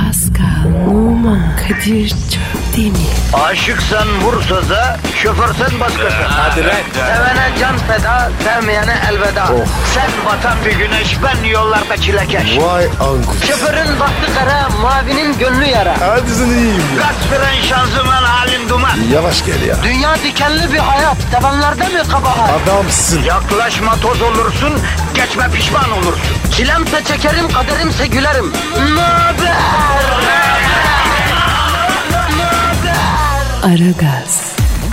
Pascal, Oman, Kadir çok değil mi? Aşıksan vursa da, şoförsen başkasın. Hadi lan. Sevene can feda, sevmeyene elveda. Sen batan bir güneş, ben yollarda çilekeş. Vay anku. Şoförün baktı kara, mavinin gönlü yara. Hadi sen iyiyim ya. Kasperen şanzıman halin duman. Yavaş gel ya. Dünya dikenli bir hayat, sevenlerde mi kabahar? Adamsın. Yaklaşma toz olursun, geçme pişman olursun. Çilemse çekerim, kaderimse gülerim. Möber! Aragaz.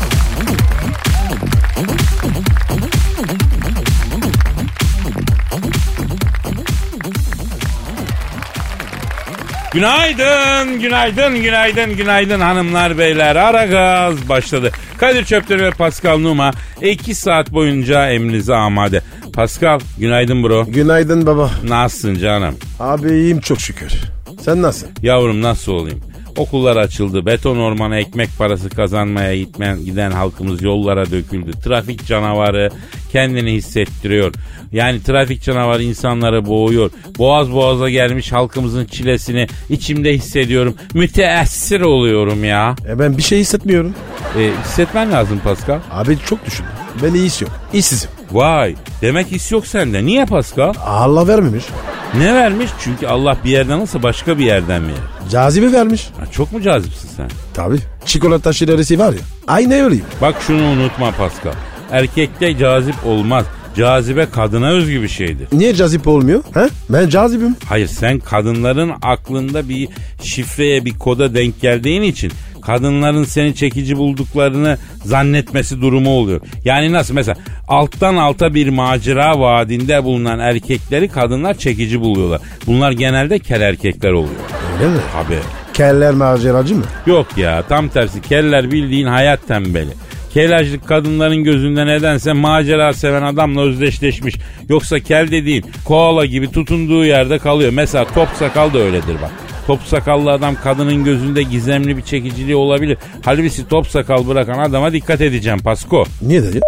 Günaydın, günaydın, günaydın, günaydın hanımlar beyler. Aragaz başladı. Kadir Çöptemir ve Pascal Numa 2 saat boyunca emrinize amade. Pascal, günaydın bro. Günaydın baba. Nasılsın canım? Abi iyiyim çok şükür. Sen nasılsın? Yavrum nasıl olayım? Okullar açıldı. Beton ormana ekmek parası kazanmaya giden halkımız yollara döküldü. Trafik canavarı kendini hissettiriyor. Yani trafik canavarı insanları boğuyor. Boğaz boğaza gelmiş halkımızın çilesini içimde hissediyorum. Müteessir oluyorum ya. Ben bir şey hissetmiyorum. Hissetmen lazım Pascal. Abi çok düşündüm. Ben iyisi yok. İşsizim. Vay, demek his yok sende. Niye Pascal? Allah vermemiş. Ne vermiş? Çünkü Allah bir yerden alsa başka bir yerden verir. Cazibe vermiş. Ha, çok mu cazipsin sen? Tabii. Çikolata şilerisi var ya. Aynı öyleyim. Bak şunu unutma Pascal. Erkekte cazip olmaz. Cazibe kadına özgü bir şeydir. Niye cazip olmuyor? He? Ben cazibim. Hayır, sen kadınların aklında bir şifreye, bir koda denk geldiğin için kadınların seni çekici bulduklarını zannetmesi durumu oluyor. Yani nasıl? Mesela alttan alta bir macera vaadinde bulunan erkekleri kadınlar çekici buluyorlar. Bunlar genelde kel erkekler oluyor. Öyle mi? Tabii. Keller maceracı mı? Yok ya, tam tersi, keller bildiğin hayat tembeli. Kelajlık kadınların gözünde nedense macera seven adamla özdeşleşmiş. Yoksa kel dediğin koala gibi tutunduğu yerde kalıyor. Mesela top sakal da öyledir bak. Top sakallı adam kadının gözünde gizemli bir çekiciliği olabilir. Halbuki top sakal bırakan adama dikkat edeceğim Pasko. Niye dayı?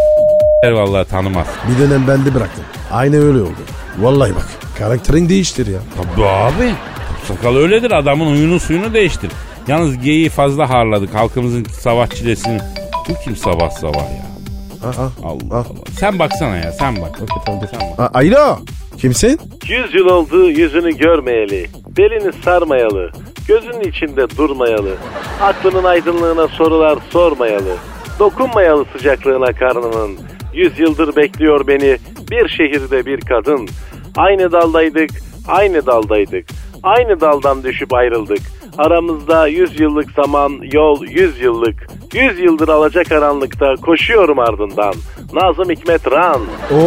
Vallahi tanımaz. Bir dönem ben de bıraktım. Aynı öyle oldu. Vallahi bak. Karakterin değiştir ya. Tabii abi. Top sakal öyledir, adamın huyunu suyunu değiştir. Yalnız geyiği fazla harladık. Halkımızın sabah çilesini. Bu kim sabah sabah ya? Allah Allah. Sen baksana ya, sen bak. Sen bak. Alo. Kimsin? 100 yıl oldu yüzünü görmeyeli, belini sarmayalı, gözünün içinde durmayalı, aklının aydınlığına sorular sormayalı, dokunmayalı sıcaklığına karnının. 100 yıldır bekliyor beni bir şehirde bir kadın. Aynı daldaydık, aynı daldaydık, aynı daldan düşüp ayrıldık. Aramızda 100 yıllık zaman, yol 100 yıllık. 100 yıldır alacakaranlıkta koşuyorum ardından. Nazım Hikmet Ran.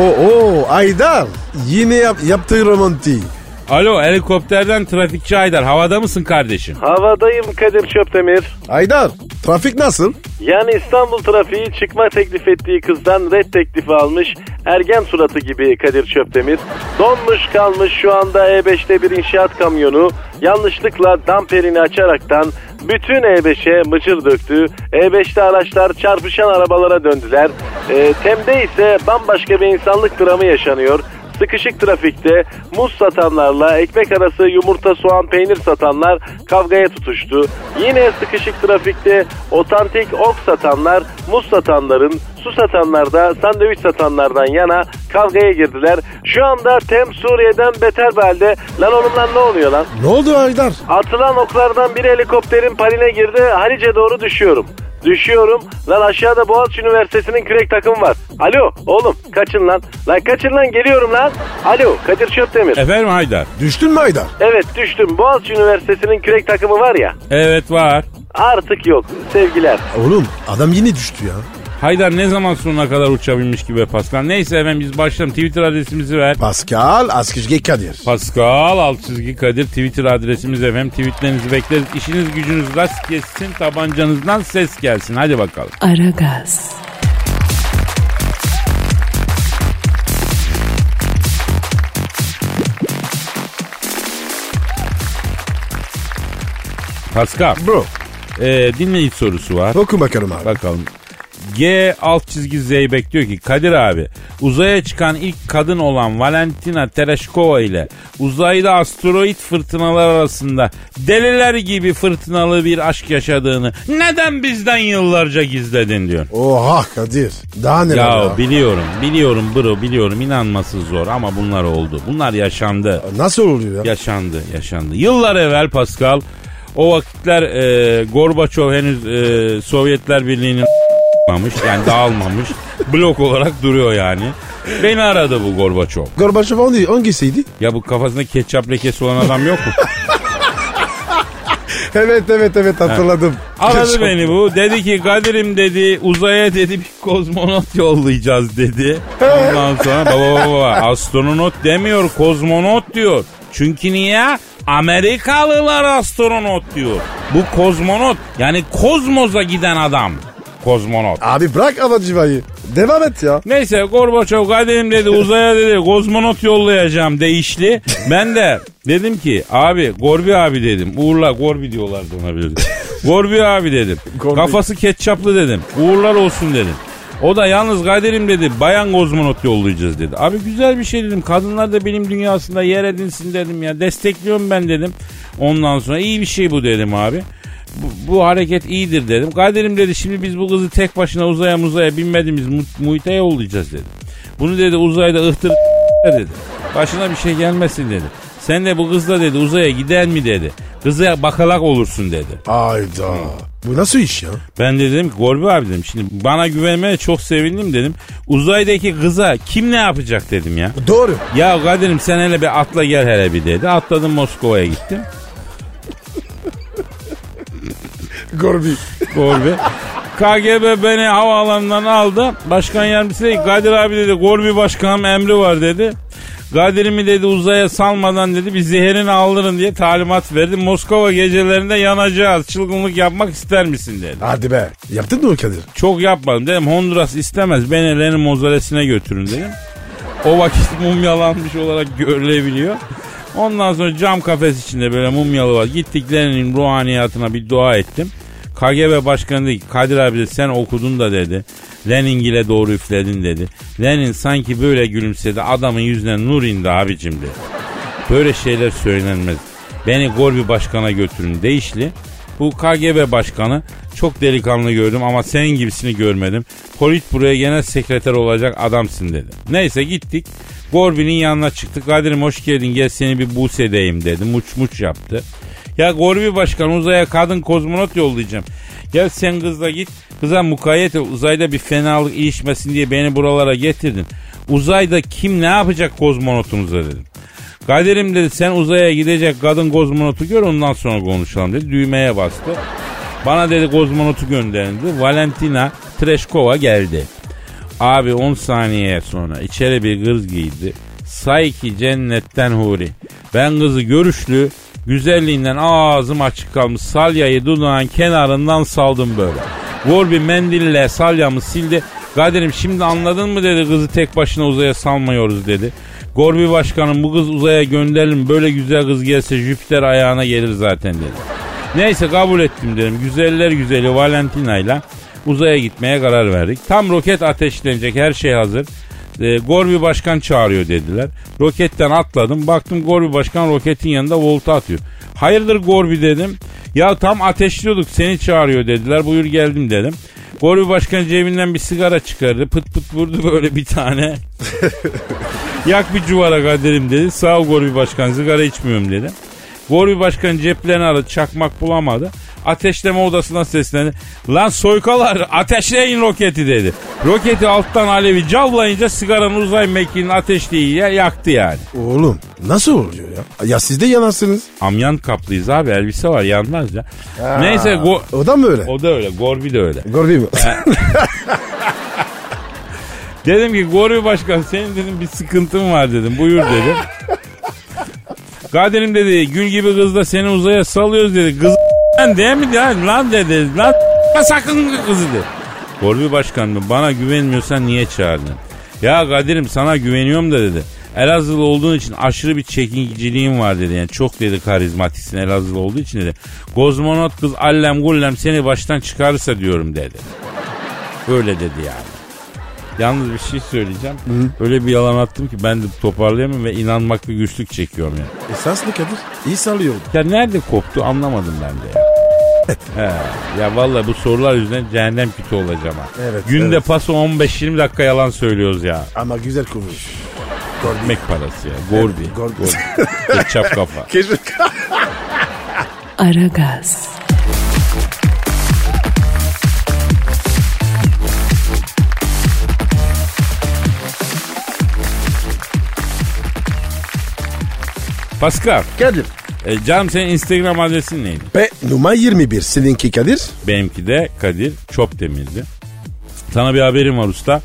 Oo Aydar. Yine yaptığı romantik. Alo, helikopterden trafikçi Aydar. Havada mısın kardeşim? Havadayım Kadir Çöptemir. Aydar. Trafik nasıl? Yani İstanbul trafiği çıkma teklif ettiği kızdan red teklifi almış ergen suratı gibi Kadir Çöptemir. Donmuş kalmış şu anda E5'te bir inşaat kamyonu yanlışlıkla damperini açaraktan bütün E5'e mıcır döktü. E5'te araçlar çarpışan arabalara döndüler. Tem'de ise bambaşka bir insanlık dramı yaşanıyor. Sıkışık trafikte muz satanlarla ekmek arası yumurta, soğan, peynir satanlar kavgaya tutuştu. Yine sıkışık trafikte otantik ok satanlar muz satanların, su satanlar da sandviç satanlardan yana kavgaya girdiler. Şu anda Tem Suriye'den beter bir halde. Lan oğlum lan ne oluyor lan? Ne oldu Aydar? Atılan oklardan bir helikopterin paline girdi. Halice doğru düşüyorum. Lan aşağıda Boğaziçi Üniversitesi'nin kürek takımı var. Alo oğlum kaçın lan. Lan kaçın lan, geliyorum lan. Alo Kadir Çöptemir. Efendim Haydar? Düştün mü Aydar? Evet düştüm. Boğaziçi Üniversitesi'nin kürek takımı var ya. Evet var. Artık yok. Sevgiler. Oğlum adam yine düştü ya. Haydar ne zaman sonuna kadar uçabilmiş gibi Pascal. Neyse efendim biz başlayalım. Twitter adresimizi ver. Pascal Askışge Kadir. Pascal _ Kadir Twitter adresimiz efendim. Tweetlerinizi bekleriz. İşiniz gücünüz rast kessin. Tabancanızdan ses gelsin. Hadi bakalım. Aragaz. Pascal. Bro. Dinleyici sorusu var. Oku bakalım abi. Bakalım. G_Zeybek diyor ki Kadir abi uzaya çıkan ilk kadın olan Valentina Tereshkova ile uzayda asteroid fırtınalar arasında deliler gibi fırtınalı bir aşk yaşadığını neden bizden yıllarca gizledin diyor. Oha Kadir. Daha neler ya? Biliyorum bro biliyorum inanması zor ama bunlar oldu. Bunlar yaşandı. Nasıl oluyor ya? Yaşandı. Yıllar evvel Pascal o vakitler Gorbaçov henüz Sovyetler Birliği'nin yani dağılmamış blok olarak duruyor yani. Beni aradı bu Gorbaçov. Gorbaçov hangisiydi? Ya bu kafasında ketçap lekesi olan adam yok mu? Evet hatırladım. Aradı beni bu. Dedi ki Kadir'im dedi uzaya dedi bir kozmonot yollayacağız dedi. Ondan sonra baba astronot demiyor kozmonot diyor. Çünkü niye? Amerikalılar astronot diyor. Bu kozmonot yani kozmosa giden adam. Kozmonot. Abi bırak havacıvayı. Devam et ya. Neyse Gorbaçov Kadir'im dedi uzaya dedi kozmonot yollayacağım değişli. Ben de dedim ki abi Gorbi abi dedim. Uğurlar Gorbi diyorlardı ona bir. Gorbi abi dedim. Kafası ketçaplı dedim. Uğurlar olsun dedim. O da yalnız Kadir'im dedi bayan kozmonot yollayacağız dedi. Abi güzel bir şey dedim. Kadınlar da bilim dünyasında yer edinsin dedim ya. Destekliyorum ben dedim. Ondan sonra iyi bir şey bu dedim abi. Bu hareket iyidir dedim. Kadir'im dedi şimdi biz bu kızı tek başına uzaya binmediğimiz muhite yollayacağız dedi. Bunu dedi uzayda ıhtır dedi. Başına bir şey gelmesin dedi. Sen de bu kızla dedi uzaya gider mi dedi. Kıza bakalak olursun dedi. Ayda. Bu nasıl iş ya? Ben de dedim ki Gorbi abi dedim. Şimdi bana güvenmeye çok sevindim dedim. Uzaydaki kıza kim ne yapacak dedim ya. Doğru. Ya Kadir'im sen hele bir atla gel hele bir dedi. Atladım Moskova'ya gittim. Gorbi. KGB beni havaalanından aldı. Başkan yardımcısı dedi Kadir abi dedi Gorbi başkanım emri var dedi. Kadir'imi dedi uzaya salmadan dedi bir zeherini aldırın diye talimat verdi. Moskova gecelerinde yanacağız. Çılgınlık yapmak ister misin dedi. Hadi be. Yaptın mı Kadir? Çok yapmadım dedim. Honduras istemez. Beni Lenin mozolesine götürün dedim. O vakit mumyalanmış olarak görülebiliyor. Ondan sonra cam kafes içinde böyle mumyalı var. Gittik Lenin'in ruhaniyatına bir dua ettim. KGB başkanı dedi ki Kadir abi de sen okudun da dedi. Leningil'e doğru üfledin dedi. Lenin sanki böyle gülümsedi. Adamın yüzüne nur indi abicim dedi. Böyle şeyler söylenmez. Beni Gorbi başkana götürün değişli. Bu KGB başkanı çok delikanlı gördüm ama senin gibisini görmedim. Politburo'ya genel sekreter olacak adamsın dedi. Neyse gittik. Gorbi'nin yanına çıktık. Kadir'im hoş geldin gel seni bir buğse edeyim dedi. Muç yaptı. Ya Gorbi başkan uzaya kadın kozmonot yollayacağım. Gel sen kızla git. Kıza mukayyet uzayda bir fenalık ilişmesin diye beni buralara getirdin. Uzayda kim ne yapacak kozmonotunuza dedim. Kadir'im dedi sen uzaya gidecek kadın kozmonotu gör ondan sonra konuşalım dedi. Düğmeye bastı. Bana dedi kozmonotu gönderildi. Valentina Tereshkova geldi. Abi 10 saniye sonra içeri bir kız giydi. Say ki cennetten huri. Ben kızı görüşlü güzelliğinden ağzım açık kalmış salyayı dudağın kenarından saldım böyle. Gorbi mendille salyamı sildi. Kadir'im şimdi anladın mı dedi kızı tek başına uzaya salmıyoruz dedi. Gorbi başkanım bu kız uzaya gönderelim böyle güzel kız gelse Jüpiter ayağına gelir zaten dedi. Neyse kabul ettim dedim. Güzeller güzeli Valentina ile uzaya gitmeye karar verdik. Tam roket ateşlenecek her şey hazır. Gorbi başkan çağırıyor dediler. Roketten atladım. Baktım Gorbi başkan roketin yanında volta atıyor. Hayırdır Gorbi dedim. Ya tam ateşliyorduk seni çağırıyor dediler. Buyur geldim dedim. Gorbi başkan cebinden bir sigara çıkardı. Pıt pıt vurdu böyle bir tane. Yak bir cuvara Kadir'im dedi. Sağ ol Gorbi başkan sigara içmiyorum dedi. Gorbi başkan ceplerini aradı çakmak bulamadı. Ateşleme odasına seslendi. Lan soykalar ateşleyin roketi dedi. Roketi alttan alevi cavlayınca sigaranın uzay mekiğinin ateşliği yaktı yani. Oğlum nasıl oluyor ya? Ya siz de yanarsınız. Amyan kaplıyız abi elbise var yanmaz ya. Neyse. O da mı öyle? O da öyle Gorbi de öyle. Gorbi mi? Dedim ki Gorbi başkan senin dedim bir sıkıntın var dedim buyur dedim. Kadir'im dedi gül gibi kızla seni uzaya salıyoruz dedi. Kız değil mi lan dedi. Lan sakın kızı dedi. Gorbi başkan mı bana güvenmiyorsan niye çağırdın? Ya Kadir'im sana güveniyorum da dedi. Elazığlı olduğun için aşırı bir çekiciliğin var dedi. Yani çok dedi karizmatiksin Elazığlı olduğu için dedi. Kozmonot kız allem gullem seni baştan çıkarırsa diyorum dedi. Öyle dedi yani. Yalnız bir şey söyleyeceğim. Öyle bir yalan attım ki ben de toparlayamam ve inanmakta güçlük çekiyorum yani. Esas ne Kadir? İyi sallıyordu. Ya nerede koptu anlamadım ben de ya. He, ya vallahi bu sorular yüzünden cehennem kütü olacağım ha. Evet, Günde evet. paso 15-20 dakika yalan söylüyoruz ya. Ama güzel kurmuş. Ekmek parası ya. Gordi. Gordi. Ketçap kafa. Aragaz, Pascal. Kadir. Canım senin Instagram adresin neydi? Numara 21. Seninki Kadir. Benimki de Kadir Çopdemir'di. Sana bir haberim var usta.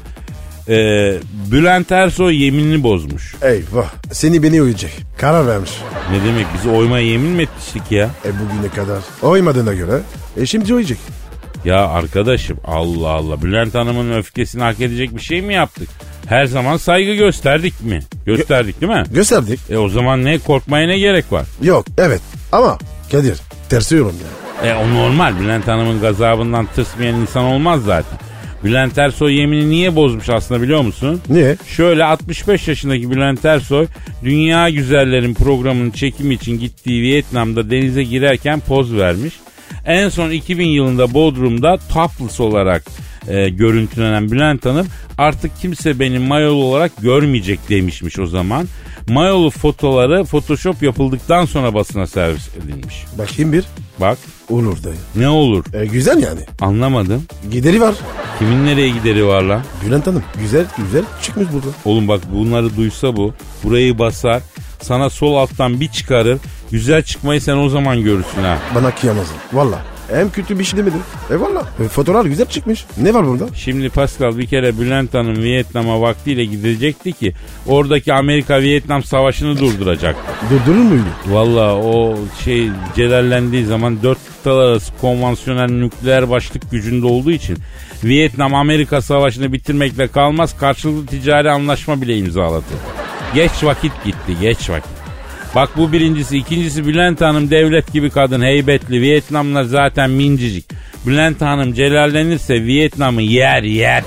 Bülent Ersoy yeminini bozmuş. Eyvah. Seni beni uyuyacak. Karar vermiş. Ne demek bizi oymaya yemin mi etmiştik ya? Bugüne kadar. Oymadığına göre. Şimdi uyuyacak. Ya arkadaşım Allah Allah Bülent Hanım'ın öfkesini hak edecek bir şey mi yaptık? Her zaman saygı gösterdik mi? Gösterdik değil mi? Gösterdik. O zaman ne korkmaya ne gerek var? Yok evet. Ama Kadir tersliyorum ya. O normal Bülent Hanım'ın gazabından tırsmayan insan olmaz zaten. Bülent Ersoy yemini niye bozmuş aslında biliyor musun? Niye? Şöyle 65 yaşındaki Bülent Ersoy Dünya Güzellerin programının çekimi için gittiği Vietnam'da denize girerken poz vermiş. En son 2000 yılında Bodrum'da topless olarak görüntülenen Bülent Hanım artık kimse beni mayolu olarak görmeyecek demişmiş o zaman. Mayolu fotoları Photoshop yapıldıktan sonra basına servis edilmiş. Bakayım bir. Bak. Olur dayı. Ne olur? Güzel yani. Anlamadım. Gideri var. Kimin nereye gideri var lan? Bülent Hanım güzel çıkmış burada. Oğlum bak bunları duysa bu. Burayı basar. Sana sol alttan bir çıkarır. Güzel çıkmayı sen o zaman görürsün ha. Bana kıyamazsın. Valla. Hem kötü bir şey demedim. Valla. Fotoğraf güzel çıkmış. Ne var burada? Şimdi Pascal bir kere Bülent Hanım Vietnam'a vaktiyle gidecekti ki oradaki Amerika-Vietnam savaşını durduracaktı. Durdurur muydu? Valla o celallendiği zaman 4 kıtalar arası konvansiyonel nükleer başlık gücünde olduğu için Vietnam-Amerika savaşını bitirmekle kalmaz karşılıklı ticari anlaşma bile imzaladı. Geç vakit gitti geç vakit. Bak bu birincisi. İkincisi Bülent Hanım devlet gibi kadın heybetli. Vietnamlar zaten mincicik. Bülent Hanım celallenirse Vietnam'ı yer.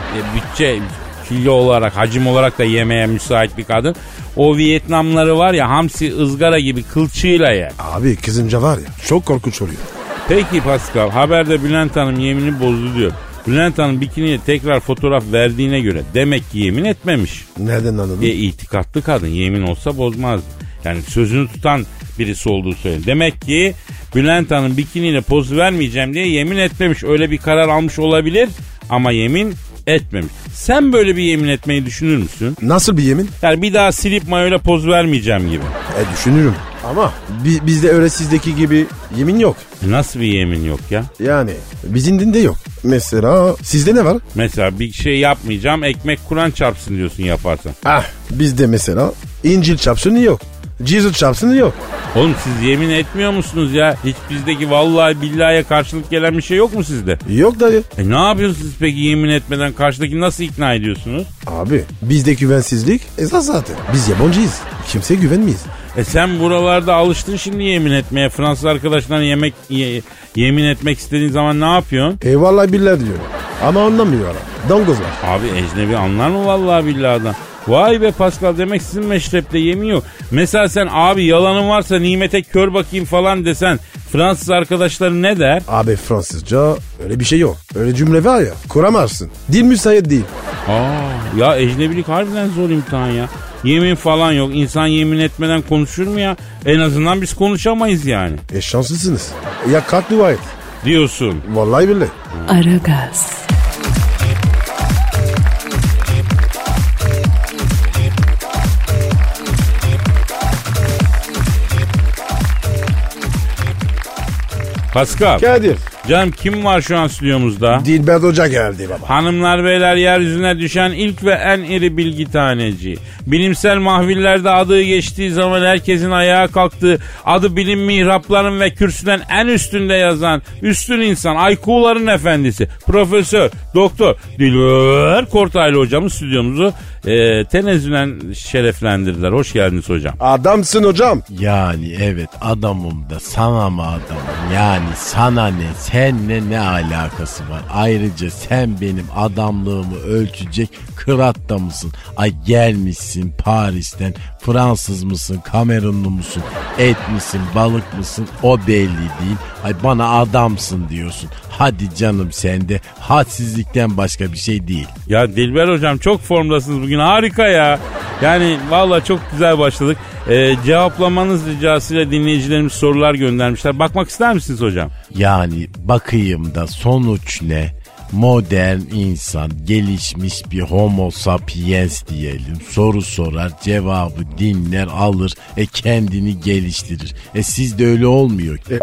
Bütçe kilo olarak hacim olarak da yemeye müsait bir kadın. O Vietnamları var ya hamsi ızgara gibi kılçığıyla yer. Abi kızınca var ya çok korkunç oluyor. Peki Pascal haberde Bülent Hanım yemini bozdu diyor. Bülent Hanım bikiniye tekrar fotoğraf verdiğine göre demek ki yemin etmemiş. Nereden anladın? İtikatlı kadın yemin olsa bozmazdı. Yani sözünü tutan birisi olduğu söyleniyor. Demek ki Bülent Hanım bikiniyle poz vermeyeceğim diye yemin etmemiş. Öyle bir karar almış olabilir ama yemin etmemiş. Sen böyle bir yemin etmeyi düşünür müsün? Nasıl bir yemin? Yani bir daha silip mayoyla poz vermeyeceğim gibi. Düşünürüm. Ama bizde öyle sizdeki gibi yemin yok. Nasıl bir yemin yok ya? Yani bizim dinde yok. Mesela sizde ne var? Mesela bir şey yapmayacağım ekmek Kur'an çarpsın diyorsun yaparsan. Bizde mesela İncil çarpsın yok. Jesus çarpsın yok. Oğlum siz yemin etmiyor musunuz ya? Hiç bizdeki vallahi billahi'ye karşılık gelen bir şey yok mu sizde? Yok dayı. Ne yapıyorsunuz peki yemin etmeden karşıdaki nasıl ikna ediyorsunuz? Abi bizde güvensizlik esas zaten. Biz yabancıyız. Kimseye güvenmeyiz. Sen buralarda alıştın şimdi yemin etmeye. Fransız arkadaşlarına yemin etmek istediğin zaman ne yapıyorsun? Vallahi billahi diyorum. Ama anlamıyorlar. Dangozlar. Abi ecnebi anlar mı vallahi billah'dan? Vay be Pascal demek sizin meşrepte yemin yok. Mesela sen abi yalanın varsa nimete kör bakayım falan desen Fransız arkadaşların ne der? Abi Fransızca öyle bir şey yok. Öyle cümle var ya kuramazsın. Dil müsait değil. Ya ecnebilik harbiden zor imtihan ya. Yemin falan yok. İnsan yemin etmeden konuşur mu ya? En azından biz konuşamayız yani. Şanslısınız. Ya kalk dua et. Diyorsun. Vallahi billahi. Aragaz, Pascal. Kadir. Canım kim var şu an stüdyomuzda? Dilber Hoca geldi baba. Hanımlar beyler yeryüzüne düşen ilk ve en iri bilgi taneci. Bilimsel mahvillerde adı geçtiği zaman herkesin ayağa kalktığı, adı bilim mihrapların ve kürsüden en üstünde yazan üstün insan, IQ'ların efendisi, Profesör Doktor Dilber Kortaylı hocamız stüdyomuzu tenezzülen şereflendirdiler. Hoş geldiniz hocam. Adamsın hocam. Yani evet adamım da sana mı adamım? Yani sana ne, senle ne alakası var? Ayrıca sen benim adamlığımı ölçecek kıratta mısın? Ay gelmişsin Paris'ten, Fransız mısın, Kamerunlu musun, et misin, balık mısın o belli değil. Ay bana adamsın diyorsun. Hadi canım sende hadsizlikten başka bir şey değil. Ya Dilber hocam çok formdasınız bugün, harika ya. Yani vallahi çok güzel başladık. Cevaplamanız ricasıyla dinleyicilerimiz sorular göndermişler. Bakmak ister misiniz hocam? Yani bakayım da sonuç ne? Modern insan, gelişmiş bir homo sapiens diyelim. Soru sorar, cevabı dinler, alır, kendini geliştirir. Sizde öyle olmuyor ki.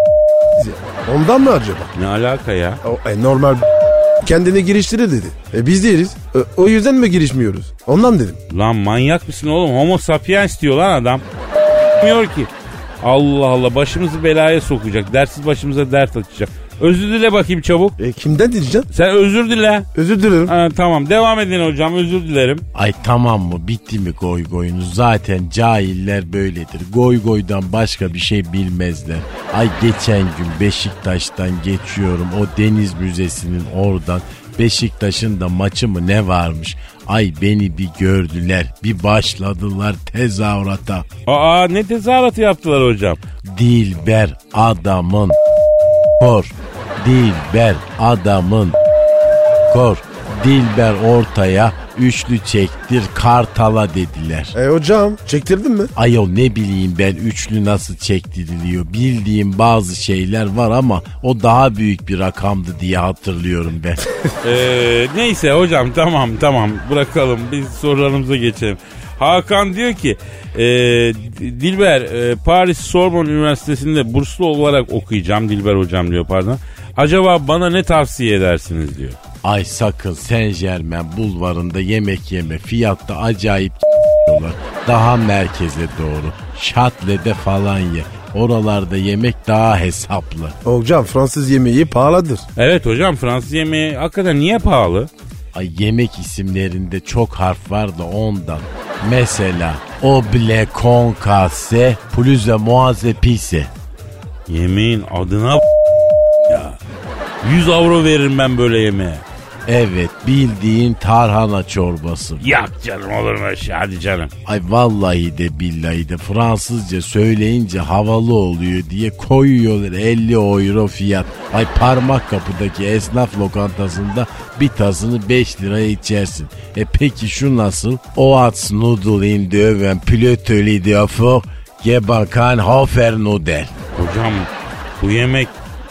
Ondan mı acaba? Ne alaka ya? Normal kendini geliştirir dedi. Biz değiliz. O yüzden mi gelişmiyoruz? Ondan dedim. Lan manyak mısın oğlum? Homo sapiens diyor lan adam. Diyor ki Allah Allah, başımızı belaya sokacak. Dersiz başımıza dert açacak. Özür dile bakayım çabuk. Kimden dileyeceksin? Sen özür dile. Özür dilerim. Ha, tamam devam edin hocam, özür dilerim. Ay tamam mı, bitti mi goy goyunuz? Zaten cahiller böyledir. Goy goydan başka bir şey bilmezler. Ay geçen gün Beşiktaş'tan geçiyorum, o Deniz Müzesi'nin oradan. Beşiktaş'ın da maçı mı ne varmış? Ay beni bir gördüler, bir başladılar tezahürata. Aa, ne tezahüratı yaptılar hocam? Dilber adamın kor, Dilber adamın kor, Dilber ortaya, üçlü çektir Kartal'a dediler. Hocam çektirdin mi? Ayol ne bileyim ben üçlü nasıl çektiriliyor, bildiğim bazı şeyler var ama o daha büyük bir rakamdı diye hatırlıyorum ben. Neyse hocam, tamam bırakalım, biz sorularımıza geçelim. Hakan diyor ki Dilber Paris Sorbonne Üniversitesi'nde burslu olarak okuyacağım, Dilber hocam diyor, pardon. Acaba bana ne tavsiye edersiniz diyor. Ay sakın Saint Germain bulvarında yemek yeme, fiyatta acayip diyorlar. Daha merkeze doğru, Şatle'de falan ye. Oralarda yemek daha hesaplı. Hocam Fransız yemeği pahalıdır. Evet hocam, Fransız yemeği hakikaten niye pahalı? Ay yemek isimlerinde çok harf var da ondan. Mesela oble concasse plus moise pisse. Yemeğin adına ya. 100 avro veririm ben böyle yemeğe. Evet, bildiğin tarhana çorbası. Yak canım, olur mu öyle şey, hadi canım. Ay vallahi de billahi de Fransızca söyleyince havalı oluyor diye koyuyorlar 50 euro fiyat. Ay parmak kapıdaki esnaf lokantasında bir tasını 5 liraya içersin. Peki şu nasıl? Oats noodle in the oven plöteli de for gebakan hofer noodle. Hocam bu yemek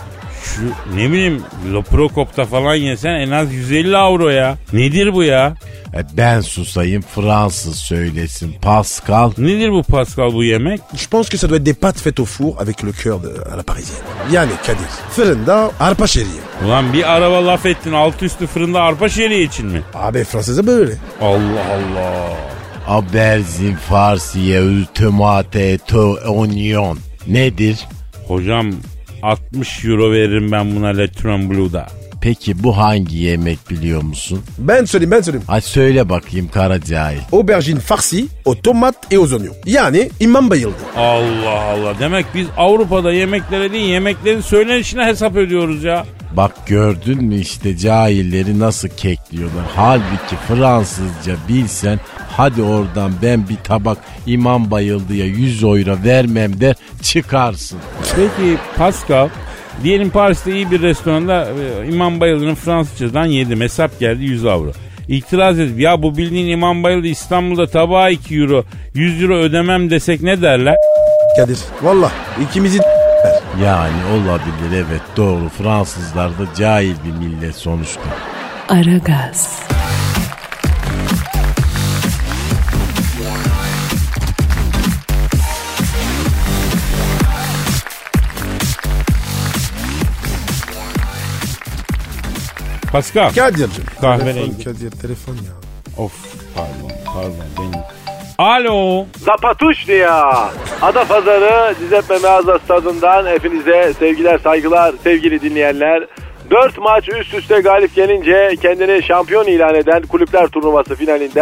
şu ne bileyim Loprokop'ta falan yesen en az 150 avro ya. Nedir bu ya? Ben susayım, Fransız söylesin. Pascal. Nedir bu Pascal, bu yemek? Je pense que ça doit être des pâtes faites au four avec le cœur à la parisienne. Yani Kadir, fırında arpa şeriye. Ulan bir araba laf ettin, altı üstü fırında arpa şeriye için mi? Abi Fransız'a böyle. Allah Allah. Aubergine farciye tomate to oignon. Nedir? Hocam 60 euro veririm ben buna Le Tremblou'da. Peki bu hangi yemek biliyor musun? Ben söyleyeyim. Ay söyle bakayım kara cahil. Aubergine farcie aux tomates et aux oignons. Yani imam bayıldı. Allah Allah. Demek biz Avrupa'da yemeklere değil, yemeklerin söylenişine hesap ödüyoruz ya. Bak gördün mü işte cahilleri nasıl kekliyorlar. Halbuki Fransızca bilsen hadi oradan ben bir tabak imam bayıldıya 100 euro vermem der çıkarsın. Peki Pascal, diyelim Paris'te iyi bir restoranda İmam Bayıldı'nın Fransızcadan yedim. Hesap geldi 100 avro. İtiraz edip ya bu bildiğin İmam Bayıldı İstanbul'da tabağı 2 euro 100 euro ödemem desek ne derler? Kadir valla ikimizi Yani olabilir, evet doğru, Fransızlar da cahil bir millet sonuçta. Aragaz. Pascal. Kadir'cim. Kahverengi. Kadir telefon ya. Of pardon benim. Alo. Zapatuş ya. Adapazarı Cizeppe Meazza Stadı'ndan hepinize sevgiler saygılar sevgili dinleyenler. 4 maç üst üste galip gelince kendini şampiyon ilan eden Kulüpler Turnuvası finalinden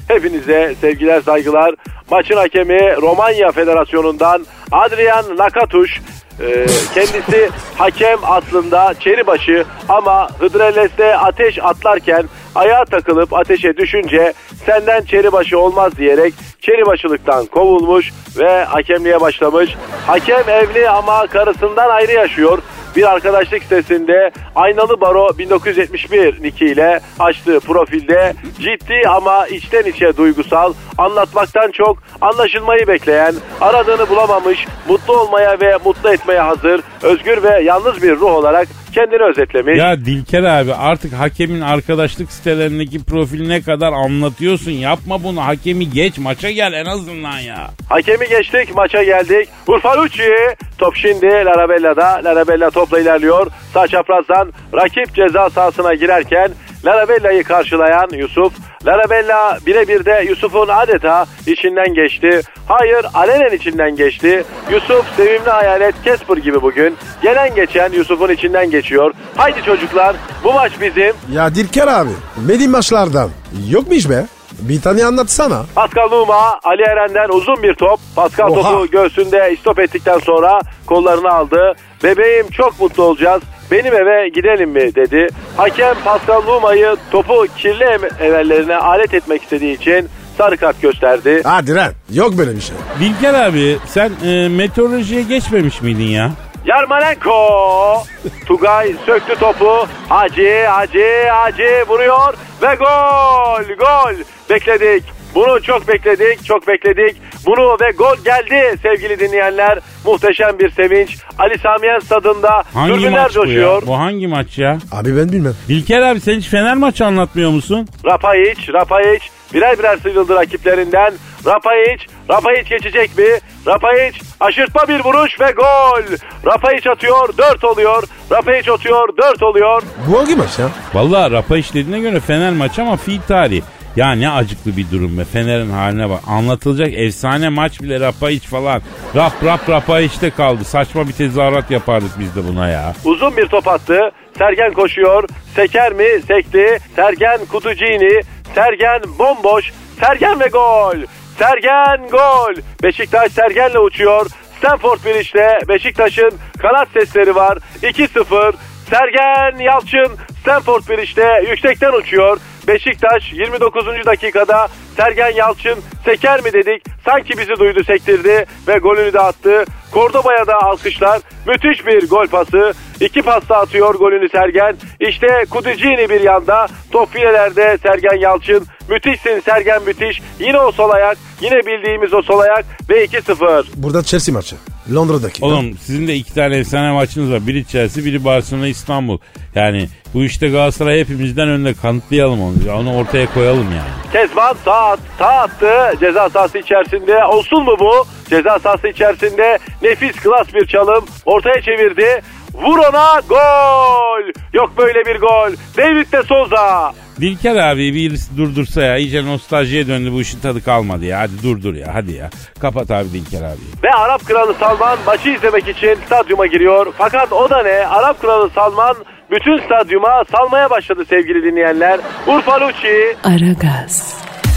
Hepinize sevgiler, saygılar. Maçın hakemi Romanya Federasyonu'ndan Adrian Nakatuş. Kendisi hakem aslında çeribaşı ama Hıdrellez'de ateş atlarken ayağa takılıp ateşe düşünce senden çeribaşı olmaz diyerek çeribaşılıktan kovulmuş ve hakemliğe başlamış. Hakem evli ama karısından ayrı yaşıyor. Bir arkadaşlık sitesinde Aynalı Baro 1971 nickiyle açtığı profilde ciddi ama içten içe duygusal, anlatmaktan çok anlaşılmayı bekleyen, aradığını bulamamış, mutlu olmaya ve mutlu etmeye hazır, özgür ve yalnız bir ruh olarak kendini özetlemiş. Ya Dilker abi artık hakemin arkadaşlık sitelerindeki profiline kadar anlatıyorsun. Yapma bunu. Hakemi geç, maça gel en azından ya. Hakemi geçtik, maça geldik. Urfalucci top şimdi Larabella'da. Larabella topla ilerliyor. Sağ çaprazdan rakip ceza sahasına girerken Larabella'yı karşılayan Yusuf. Larabella birebir de Yusuf'un adeta içinden geçti. Hayır, alenen içinden geçti. Yusuf sevimli hayalet Casper gibi bugün. Gelen geçen Yusuf'un içinden geçiyor. Haydi çocuklar, bu maç bizim. Ya Dilker abi, Medin maçlardan yok mu iş be? Bir tane anlatsana. Pascal Numa, Ali Eren'den uzun bir top. Pascal Oha. topu göğsünde istop ettikten sonra kollarını aldı. Bebeğim çok mutlu olacağız. Benim eve gidelim mi dedi. Hakem Pascal Numa'yı topu kirli emellerine alet etmek istediği için sarı kart gösterdi. Hadi lan, yok böyle bir şey. Dilker abi sen meteorolojiye geçmemiş miydin ya? Yarmolenko. Tugay söktü topu. Hacı vuruyor ve gol. Bekledik. Bunu çok bekledik. Bunu ve gol geldi sevgili dinleyenler. Muhteşem bir sevinç. Ali Samiyen stadında Hangi türbünler maç bu ya? coşuyor. Bu hangi maç ya? Abi ben bilmem. Dilker abi sen hiç Fener maçı anlatmıyor musun? Rapayic birer sıyrıldı rakiplerinden. Rapayic geçecek mi? Rapayic aşırtma bir vuruş ve gol. Rapayic atıyor, 4 oluyor. Rapayic atıyor, 4 oluyor. Bu hangi maç ya? Vallahi Rapayic dediğine göre Fener maçı ama fiil tarihi. Ya ne acıklı bir durum be. Fener'in haline bak. Anlatılacak efsane maç bile Rapayic falan. Rapayic'te kaldı. Saçma bir tezahürat yapardık biz de buna ya. Uzun bir top attı. Sergen koşuyor. Seker mi? Sekti. Sergen Kutucini. Sergen bomboş. Sergen ve gol. Sergen gol. Beşiktaş Sergen'le uçuyor. Stanford Bridge'de Beşiktaş'ın kanat sesleri var. 2-0. Sergen Yalçın Stanford Bridge'de yüksekten uçuyor. Beşiktaş 29. dakikada Sergen Yalçın seker mi dedik. Sanki bizi duydu, sektirdi ve golünü de attı. Cordoba'ya da alkışlar. Müthiş bir gol pası. 2 pasta atıyor golünü Sergen. İşte Kuducini bir yanda. Top filelerde Sergen Yalçın. Müthişsin Sergen, müthiş. Yine o sol ayak. Yine bildiğimiz o sol ayak ve 2-0. Burada Chelsea maçı. Londra'daki. Oğlum sizin de 2 tane efsane maçınız var. Biri Chelsea, biri Barcelona, İstanbul. Yani bu işte Galatasaray hepimizden önde, kanıtlayalım onu. Onu ortaya koyalım yani. Kezban sağ attı ceza sahası içerisinde. Olsun mu bu? Ceza sahası içerisinde nefis klas bir çalım. Ortaya çevirdi. Vur ona, gol. Yok böyle bir gol. David de Souza. Dilker abi birisi durdursa ya. İyice nostaljiye döndü, bu işin tadı kalmadı ya. Hadi durdur ya, hadi ya. Kapat abi Dilker abi. Ve Arap Kralı Salman maçı izlemek için stadyuma giriyor. Fakat o da ne? Arap Kralı Salman bütün stadyuma salmaya başladı sevgili dinleyenler. Urfalucci. Aragaz.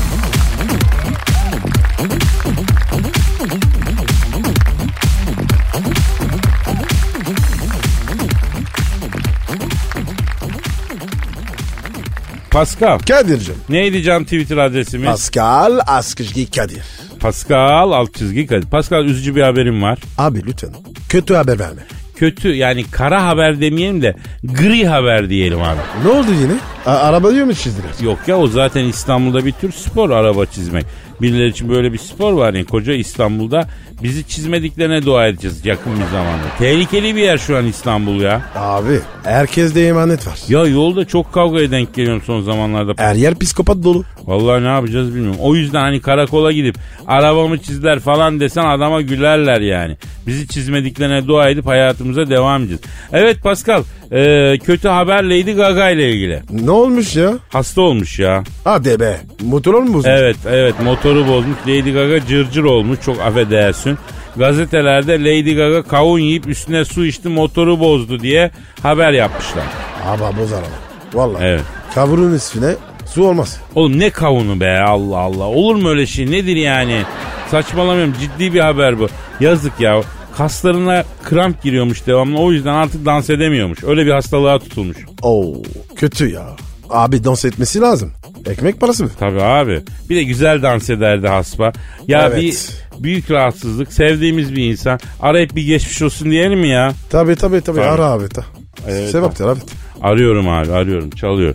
Pascal. Kadir'cim. Neydi can Twitter adresimiz? Pascal Askışgi Kadir. Pascal _Kadir. Pascal, üzücü bir haberim var. Abi lütfen kötü haber verme. Kötü, yani kara haber demeyelim de gri haber diyelim abi. Ne oldu yine? Araba diyor mu çizdiler? Yok ya, o zaten İstanbul'da bir tür spor, araba çizmek. Birileri için böyle bir spor var yani, koca İstanbul'da bizi çizmediklerine dua edeceğiz yakın bir zamanda. Tehlikeli bir yer şu an İstanbul ya. Abi herkeste emanet var. Ya yolda çok kavgaya denk geliyorum son zamanlarda. Her yer psikopat dolu. Vallahi ne yapacağız bilmiyorum. O yüzden hani karakola gidip arabamı çizdiler falan desen adama gülerler yani. Bizi çizmediklerine dua edip hayatımıza devam edeceğiz. Evet Pascal, kötü haber Lady Gaga ile ilgili. Ne olmuş ya? Hasta olmuş ya. Hadi be. Motoru mu bozmuş? Evet motoru bozmuş. Lady Gaga cırcır olmuş, çok affedersin. Gazetelerde Lady Gaga kavun yiyip üstüne su içti, motoru bozdu diye haber yapmışlar. Abi bozar ama. Vallahi. Evet. Kavurun üstüne Su olmaz. Oğlum ne kavunu be, Allah Allah. Olur mu öyle şey, nedir yani? Saçmalamıyorum, ciddi bir haber bu. Yazık ya. Kaslarına kramp giriyormuş devamlı, o yüzden artık dans edemiyormuş. Öyle bir hastalığa tutulmuş. Oo, kötü ya. Abi dans etmesi lazım. Ekmek parası mı? Tabii abi. Bir de güzel dans ederdi hasba. Ya Evet. bir büyük rahatsızlık. Sevdiğimiz bir insan. Arayıp bir geçmiş olsun diyelim mi ya? Tabii. Ara abi. Evet, Sevaptır abi. Arıyorum abi, arıyorum. Çalıyor.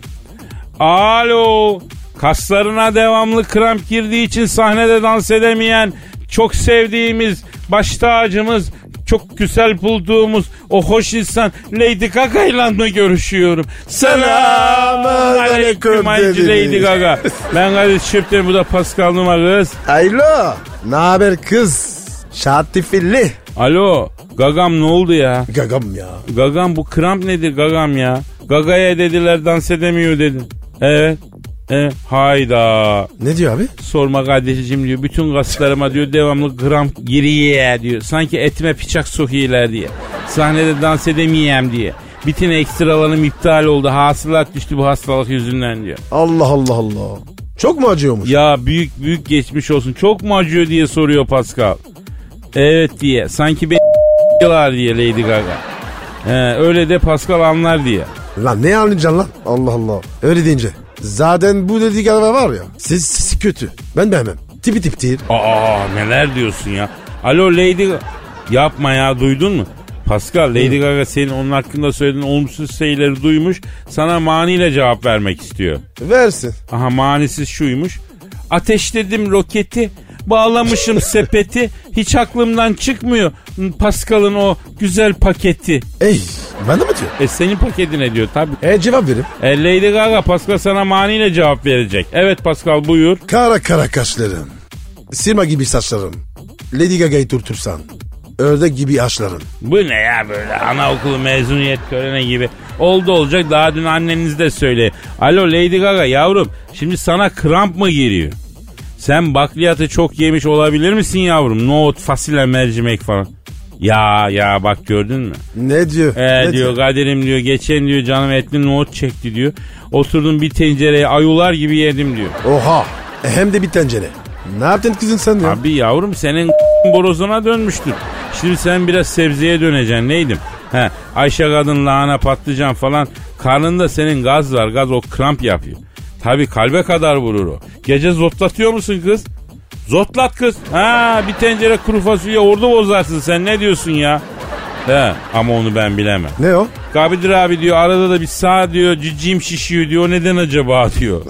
Alo. Kaslarına devamlı kramp girdiği için sahnede dans edemeyen, çok sevdiğimiz, baş tacımız, çok güzel bulduğumuz o hoş insan Lady Gaga ile mı görüşüyorum? Selamünaleyküm Hacı Lady Gaga. Ben Kadir Çöpten, bu da Pascal Numa kız. Alo. Ne haber kız? Şatifilli. Alo. Gagam ne oldu ya? Gagam ya. Gagam, bu kramp nedir Gagam ya? Gaga'ya dediler dans edemiyor dedin. Evet. Hayda. Ne diyor abi? Sorma kardeşim diyor. Bütün kaslarıma diyor devamlı kramp giriyor diyor. Sanki etime bıçak sokuyorlar diye. Sahnede dans edemeyeyim diye. Bütün ekstralarım iptal oldu. Hasılat düştü bu hastalık yüzünden diyor. Allah. Çok mu acıyormuş? Ya büyük geçmiş olsun. Çok mu acıyor diye soruyor Pascal. Evet diye. Sanki yılar diye Lady Gaga. Öyle de Pascal anlar diye. Lan ne anlayacaksın lan? Allah. Öyle deyince. Zaten bu dediği galiba var ya. Sesi kötü. Ben beğenmem. Tipi değil. Neler diyorsun ya? Alo Lady Gaga. Yapma ya, duydun mu? Pascal, Lady Gaga senin onun hakkında söylediğin olumsuz şeyleri duymuş. Sana maniyle cevap vermek istiyor. Versin. Aha, manisiz şuymuş. Ateşledim roketi, bağlamışım sepeti, hiç aklımdan çıkmıyor Pascal'ın o güzel paketi. Ben de mi diyor? Senin paketine diyor tabii. Cevap verim. Lady Gaga, Pascal sana maniyle cevap verecek. Evet Pascal, buyur. Kara kaşlarım. Sirma gibi saçlarım. Lady Gaga'yı tutursan. Ördek gibi aşlarım. Bu ne ya böyle anaokulu mezuniyet töreni gibi. Oldu olacak, daha dün anneniz de söyle. Alo Lady Gaga yavrum, şimdi sana kramp mı giriyor? Sen bakliyatı çok yemiş olabilir misin yavrum? Nohut, fasulye, mercimek falan. Ya bak gördün mü? Ne diyor? Ne diyor Kadir'im diyor, geçen diyor canım etli nohut çekti diyor. Oturdum bir tencereye ayular gibi yedim diyor. Oha, hem de bir tencere. Ne yaptın kızın sen ya? Abi yavrum senin borozuna dönmüştür. Şimdi sen biraz sebzeye döneceksin, neydim? Ayşe kadın, lahana, patlıcan falan. Karnında senin gaz var, gaz o kramp yapıyor. Tabii kalbe kadar vurur o. Gece zotlatıyor musun kız? Zotlat kız. Bir tencere kuru fasulye ordu bozarsın sen, ne diyorsun ya? Ama onu ben bilemem. Ne o? Kadir abi diyor arada da bir sağ diyor cicim şişiyor diyor, neden acaba diyor.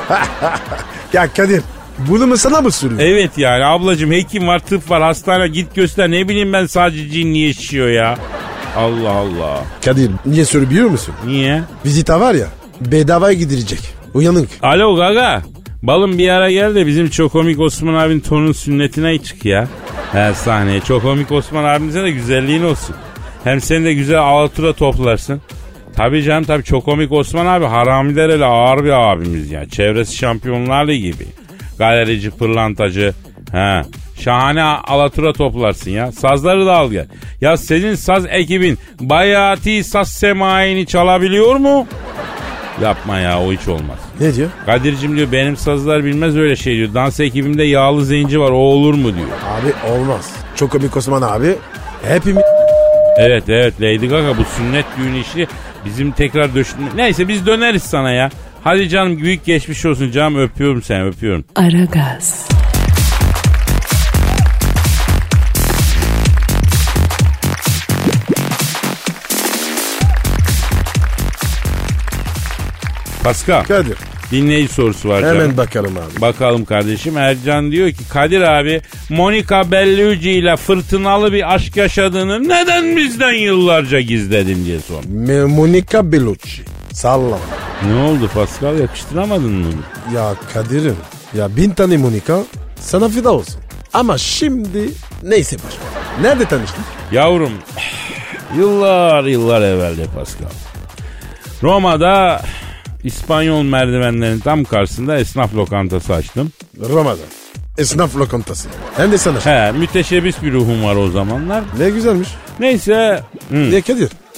Ya Kadir, bunu mu sana mı sürüyor? Evet yani ablacığım, hekim var, tıp var, hastane, git göster, ne bileyim ben sadece cin niye şişiyor ya. Allah Allah. Kadir niye soru biliyor musun? Niye? Vizita var ya, bedavaya gidirecek. Uyanık. Alo Gaga. Balım bir ara gel de bizim Çokomik Osman abinin torunun sünnetine çık ya. Sahneye. Çokomik Osman abimize de güzelliğin olsun. Hem sen de güzel alatura toplarsın. Tabii canım tabii, Çokomik Osman abi haramiler ile ağır bir abimiz ya. Çevresi Şampiyonlar Ligi gibi. Galerici, pırlantacı. Şahane alatura toplarsın ya. Sazları da al gel. Ya senin saz ekibin Bayati Saz Semai'ni çalabiliyor mu? Yapma ya, o hiç olmaz. Ne diyor? Kadir'cim diyor benim sazlar bilmez öyle şey diyor. Dans ekibimde yağlı zenci var, o olur mu diyor. Abi olmaz. Çok komik Osman abi. Hepimiz... Evet Lady Gaga, bu sünnet düğün işi bizim tekrar Neyse biz döneriz sana ya. Hadi canım, büyük geçmiş olsun canım, öpüyorum seni, öpüyorum. Aragaz. Pascal. Kadir. Dinleyici sorusu var canım. Hemen bakalım abi. Bakalım kardeşim. Ercan diyor ki Kadir abi, Monica Bellucci ile fırtınalı bir aşk yaşadığını neden bizden yıllarca gizledin diye sor. Monica Bellucci. Sallama. Ne oldu Pascal, yakıştıramadın mı? Ya Kadir'im, ya 1000 tane Monica sana fida olsun. Ama şimdi neyse var. Nerede tanıştın? Yavrum yıllar evvelde Pascal. Roma'da İspanyol merdivenlerinin tam karşısında esnaf lokantası açtım. Roma'da. Esnaf lokantası. Hem de sana. Müteşebbis bir ruhum var o zamanlar. Ne güzelmiş. Neyse. Ne Kadir?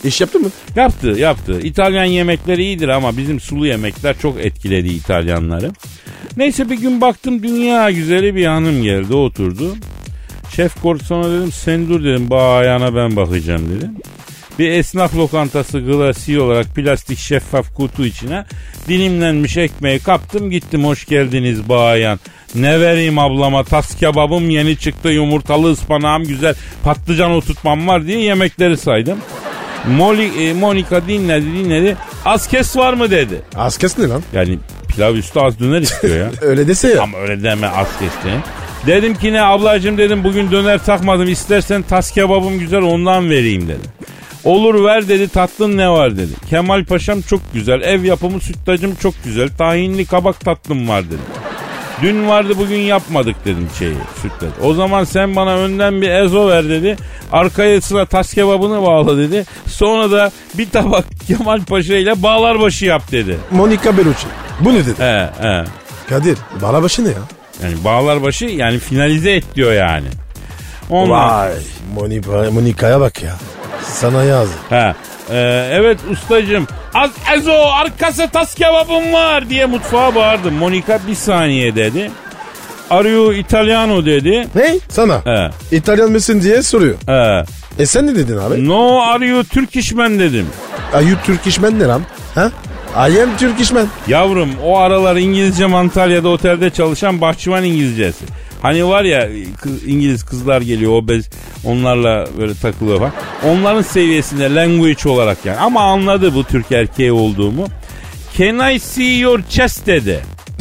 İş yaptı mı? Yaptı. İtalyan yemekleri iyidir ama bizim sulu yemekler çok etkiledi İtalyanları. Neyse bir gün baktım dünya güzeli bir hanım geldi oturdu. Şef Korson'a dedim sen dur dedim bayana ben bakacağım dedim. Bir esnaf lokantası klasiği olarak plastik şeffaf kutu içine dilimlenmiş ekmeği kaptım gittim hoş geldiniz bayan. Ne vereyim ablama tas kebabım yeni çıktı yumurtalı ıspanağım güzel patlıcan oturtmam var diye yemekleri saydım. Monika dinledi az kes var mı dedi. Az kes ne lan? Yani pilav üstü az döner istiyor ya. Öyle dese ya. Ama öyle deme az kes de. Dedim ki ne ablacığım dedim bugün döner takmadım istersen tas kebabım güzel ondan vereyim dedim. Olur ver dedi tatlın ne var dedi. Kemal Paşam çok güzel ev yapımı sütlacım çok güzel tahinli kabak tatlım var dedi. Dün vardı bugün yapmadık dedim sütlaç. O zaman sen bana önden bir ezo ver dedi. Arkaya sıra tas kebabını bağla dedi. Sonra da bir tabak Kemal Paşa ile bağlarbaşı yap dedi. Monica Bellucci. Bu ne dedi? He. Kadir bağlarbaşı ne ya? Yani bağlarbaşı yani finalize et diyor yani. Ondan... Vay Monica'ya bak ya. Sana yaz. Evet ustacığım az ezo arkası tas kebabım var diye mutfağa bağırdım. Monica bir saniye dedi. Arıyor İtalyano dedi. Ne? Sana? İtalyan mısın diye soruyor. Sen ne dedin abi? No arıyor Türkişmen dedim. Are you Turkishman ne lan? Ha? I am Turkishman. Yavrum o aralar İngilizce Antalya'da otelde çalışan bahçıvan İngilizcesi. Hani var ya İngiliz kızlar geliyor obez onlarla böyle takılıyor bak. Onların seviyesinde language olarak yani. Ama anladı bu Türk erkeği olduğumu. Can I see your chest dedi.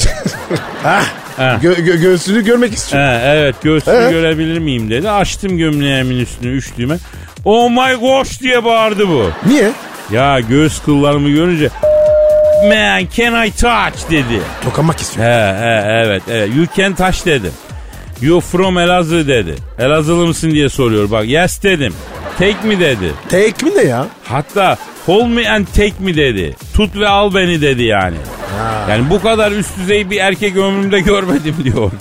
Göğsünü görmek istiyorum. Evet göğsünü görebilir miyim dedi. Açtım gömleğimin üstünü 3 düğme. Oh my gosh diye bağırdı bu. Niye? Ya göğüs kıllarımı görünce man can I touch dedi. Dokunmak istiyorum. Evet you can touch dedim. You from Elazığ dedi. Elazığlı mısın diye soruyor bak. Yes dedim. Take me dedi. Take me ne ya? Hatta hold me and take me dedi. Tut ve al beni dedi yani. Yani bu kadar üst düzey bir erkek ömrümde görmedim diyor.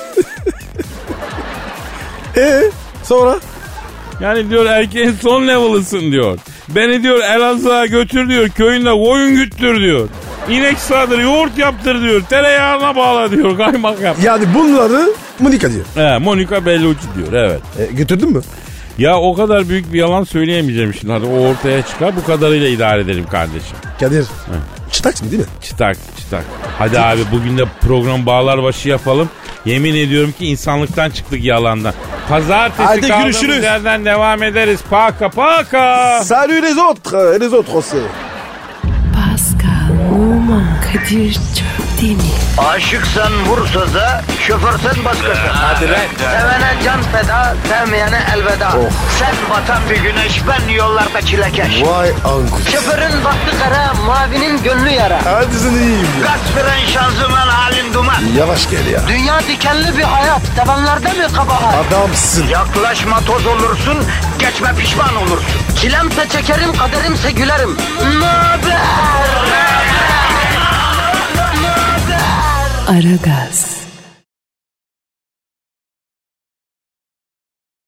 Sonra? Yani diyor erkeğin son level'ısın diyor. Beni diyor Elazığ'a götür diyor. Köyünde koyun güttür diyor. İnek sağdır yoğurt yaptır diyor. Tereyağına bağla diyor. Kaymak yap. Yani bunları Monica diyor. Monica Bellucci diyor evet. Götürdün mü? Ya o kadar büyük bir yalan söyleyemeyeceğim şimdi. Hadi o ortaya çıkar bu kadarıyla idare edelim kardeşim. Kadir çıtaksın değil mi? Çıtak. Hadi abi bugün de program bağlarbaşı yapalım. Yemin ediyorum ki insanlıktan çıktık yalandan. Pazartesi kaldığımız yerden devam ederiz. Paka. Salut les autres aussi. Pascal, Oman, Kadir çok değil mi? Aşıksan vursa da şoförsen başkasın. Hadi lan. Sevene can feda, sevmeyene elveda. Sen batan bir güneş, ben yollarda çilekeş. Vay anku. Şoförün baktı kara, mavinin gönlü yara. Hadi sen iyiyim ya. Kasperen şanzıman halin duman. Yavaş gel ya. Dünya dikenli bir hayat, sevenlerde mi kabahar? Adamsın. Yaklaşma toz olursun, geçme pişman olursun. Çilemse çekerim, kaderimse gülerim. Möber! Aragaz.